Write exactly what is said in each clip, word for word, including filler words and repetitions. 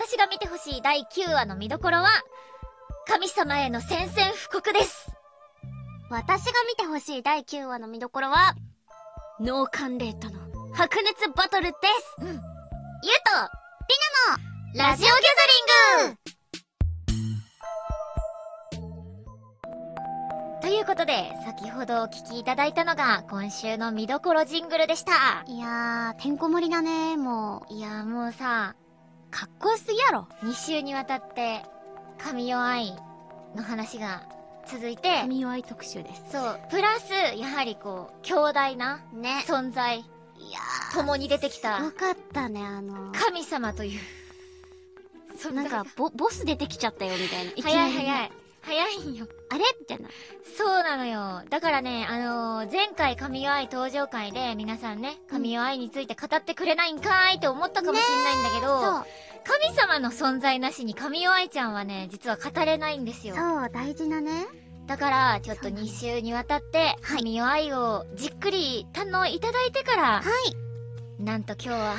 私が見てほしいだいきゅうわの見どころは、神様への宣戦布告です。 私が見てほしいだいきゅうわの見どころは、脳幹霊との白熱バトルです。 うん。ゆうと、りなのラジオギャザリングということで、先ほどお聞きいただいたのが、今週の見どころジングルでした。 いやー、てんこ盛りだね、もう。いやーもうさ、 かっこよすぎやろ。 に週にわたって、神代愛の話が続いて、 神代愛特集です。 そう。プラス、やはりこう、強大な、ね、存在。いやー、共に出てきた。 よかったね、あのー、 神様という。 なんか、ボ、ボス出てきちゃったよ、みたいな。 早い早い。早いんよ。 あれみたいな。 そうなのよ。だからね、あのー、前回神代愛登場会で皆さんね、神代愛について語ってくれないんかーいって思ったかもしんないんだけど、そう。神様の存在なしに神代愛ちゃんはね、実は語れないんですよ。 そう、大事なね。 だから、ちょっとに週にわたって、神代愛をじっくり堪能いただいてから、はい。なんと今日は、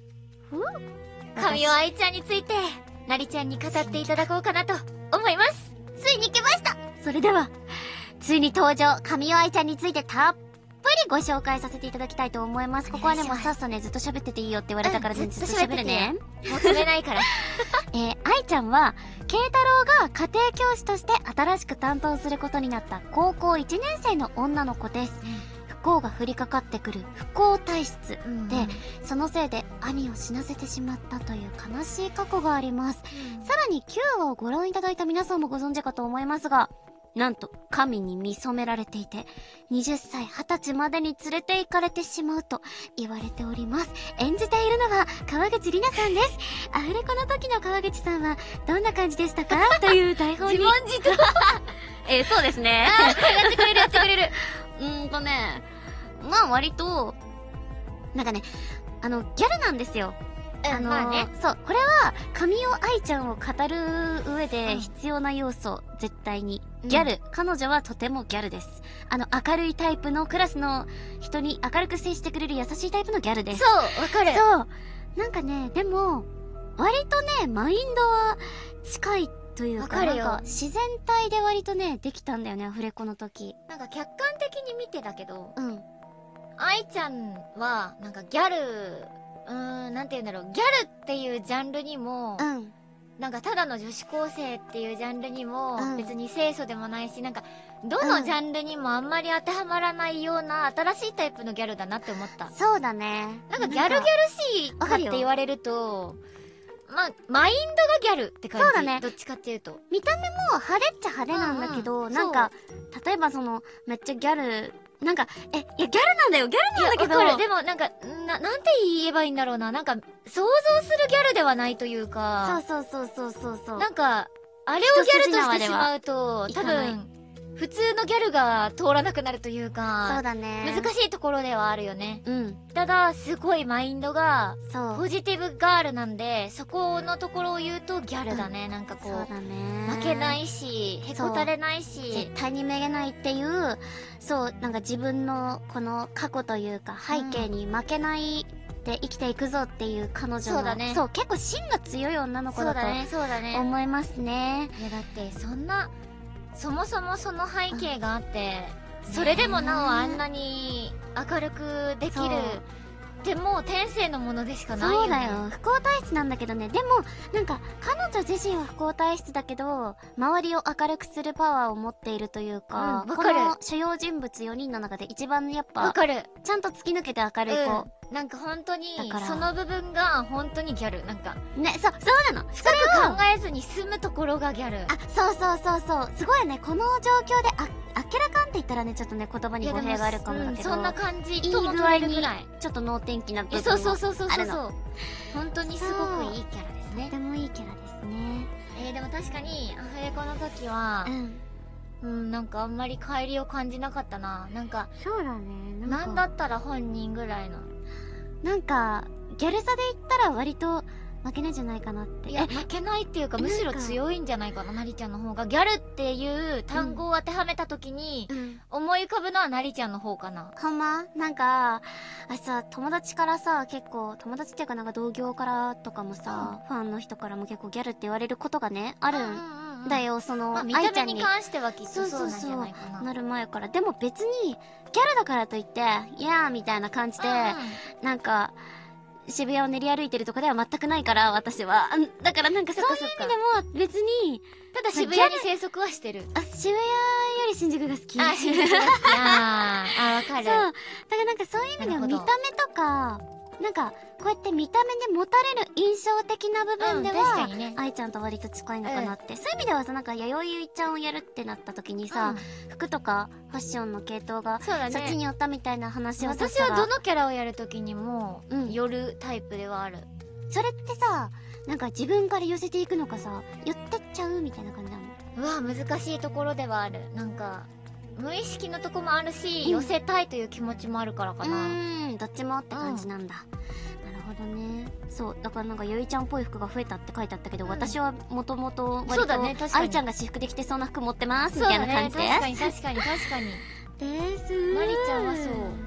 神代愛ちゃんについて、なりちゃんに語っていただこうかなと思います。 ついに来ました。それでは、ついに登場、神代愛ちゃんについてたっぷりご紹介させていただきたいと思います。ここはね、もうさっさね、ずっと喋ってていいよって言われたから、うん、ずっと喋るね。 もう止めないから。 えー、愛ちゃんは、慶太郎が家庭教師として新しく担当することになった高校いちねん生の女の子です。うん不幸が降りかかってくる不幸体質で、うん、そのせいで兄を死なせてしまったという悲しい過去があります。うん、さらにきゅうわをご覧いただいた皆さんもご存知かと思いますが、なんと神に見初められていて、はたちまでに連れて行かれてしまうと言われております。演じているのは川口里奈さんです。アフレコの時の川口さんはどんな感じでしたかという台本に。 自問自答えー、そうですね。 やってくれるやってくれる。 うーんとね、まあ割と、なんかね、あの、ギャルなんですよ。 うん、 あのー、 まあね、 そう、これは、神代愛ちゃんを語る上で必要な要素、うん、絶対に。ギャル、うん。彼女はとてもギャルです。あの、明るいタイプのクラスの人に明るく接してくれる優しいタイプのギャルです。 そう、わかる。 そう。なんかね、でも、割とね、マインドは近いというか、なんか自然体で割とね、できたんだよね、アフレコの時。 なんか客観的に見てたけど、 うん。 愛ちゃんは、なんかギャル、うーん、なんて言うんだろう、ギャルっていうジャンルにも、 うん。 なんかただの女子高生っていうジャンルにも、うん、別に清楚でもないし、なんか、どのジャンルにもあんまり当てはまらないような新しいタイプのギャルだなって思った。 そうだね。 なんかギャルギャルしいかって言われると、まあ、マインドがギャルって感じ。 そうだね。 どっちかっていうと。 見た目も派手っちゃ派手なんだけど、うんうん、なんか、例えばその、めっちゃギャル、なんか、え、いや、ギャルなんだよ、ギャルなんだけど。 わかる。でも、なんか、な、なんて言えばいいんだろうな。なんか、想像するギャルではないというか。 そうそうそうそうそうそう。 なんか、あれをギャルとしてしまうと、多分、普通のギャルが通らなくなるというか、 そうだね。 難しいところではあるよね。 うん。 ただ、すごいマインドが、 そう。 ポジティブガールなんで、そこのところを言うとギャルだね。うん、なんかこう、 そうだね。 負けないし、へこたれないし。 絶対にめげないっていう、そう、なんか自分のこの過去というか、背景に負けないで生きていくぞっていう彼女の、 そうだね。 そう、結構芯が強い女の子だと思いますね。 いや、だって、そんな、そもそもその背景があって、それでもなおあんなに明るくできるってもう天性のものでしかないよね。 そうだよ。不幸体質なんだけどね。でも、なんか、彼女自身は不幸体質だけど、周りを明るくするパワーを持っているというか、 うん、わかる。 この主要人物よにんの中で一番やっぱ、 わかる。 ちゃんと突き抜けて明るい子。 うんなんか本当に、その部分が本当にギャル。なんか。 ね、そう、そうなの。 深く考えずに済むところがギャル。 あ、そうそうそうそう。すごいよね。この状況で、あ、あっけらかんって言ったらね、ちょっとね、言葉に語弊があるかもだけど。 うん、そんな感じとも取れるぐらい。ちょっと能天気な部分があるの。 そうそうそうそうそう。本当にすごくいいキャラですね。 とてもいいキャラですね。 えー、でも確かに、アフレコの時は、うん。うん、なんかあんまり帰りを感じなかったな。なんか、 そうだね。 なんだったら本人ぐらいの。 なんか、ギャルさで言ったら割と、 負けないんじゃないかなって。 いや、負けないっていうか、むしろ強いんじゃないかな、なりちゃんの方が。ギャルっていう単語を当てはめたときに、うん、思い浮かぶのはなりちゃんの方かな。 ほんまなんか、あさ、友達からさ、結構、友達っていうかなんか同業からとかもさ、うん、ファンの人からも結構ギャルって言われることがね、あるんだよ、その、 まあ、見た目に関してはきっとそうなんじゃないかな。そうそうそう、 なる前から。でも別に、ギャルだからといって、いやーみたいな感じで、うん、なんか、渋谷を練り歩いてるとかでは全くないから、私は。だからなんかそういう意味でも別に、 ただ渋谷に生息はしてる。 あ、渋谷より新宿が好き。 あ、新宿が好き。あー、あ、わかる。 そう。だからなんかそういう意味でも見た目とか、なんか、こうやって見た目で持たれる印象的な部分では、うんね、愛ちゃんと割と近いのかなって、うん、そういう意味ではさ、なんか弥生ゆいちゃんをやるってなった時にさ、うん、服とかファッションの系統がそ,、ね、そっちに寄ったみたいな話をさ、 私はどのキャラをやる時にも、うん、寄るタイプではある。 それってさ、なんか自分から寄せていくのかさ、寄ってっちゃうみたいな感じなの？ うわ、難しいところではある。なんか無意識のとこもあるし、うん、寄せたいという気持ちもあるからかな。 うーん、どっちもって感じなんだ。うん、なるほどね。そう、だからなんかゆいちゃんっぽい服が増えたって書いてあったけど、うん、私はもともと割と愛ちゃんが私服で着てそうな服持ってますみたいな感じで。 確かに確かに確かに。 です。 まりちゃんはそう。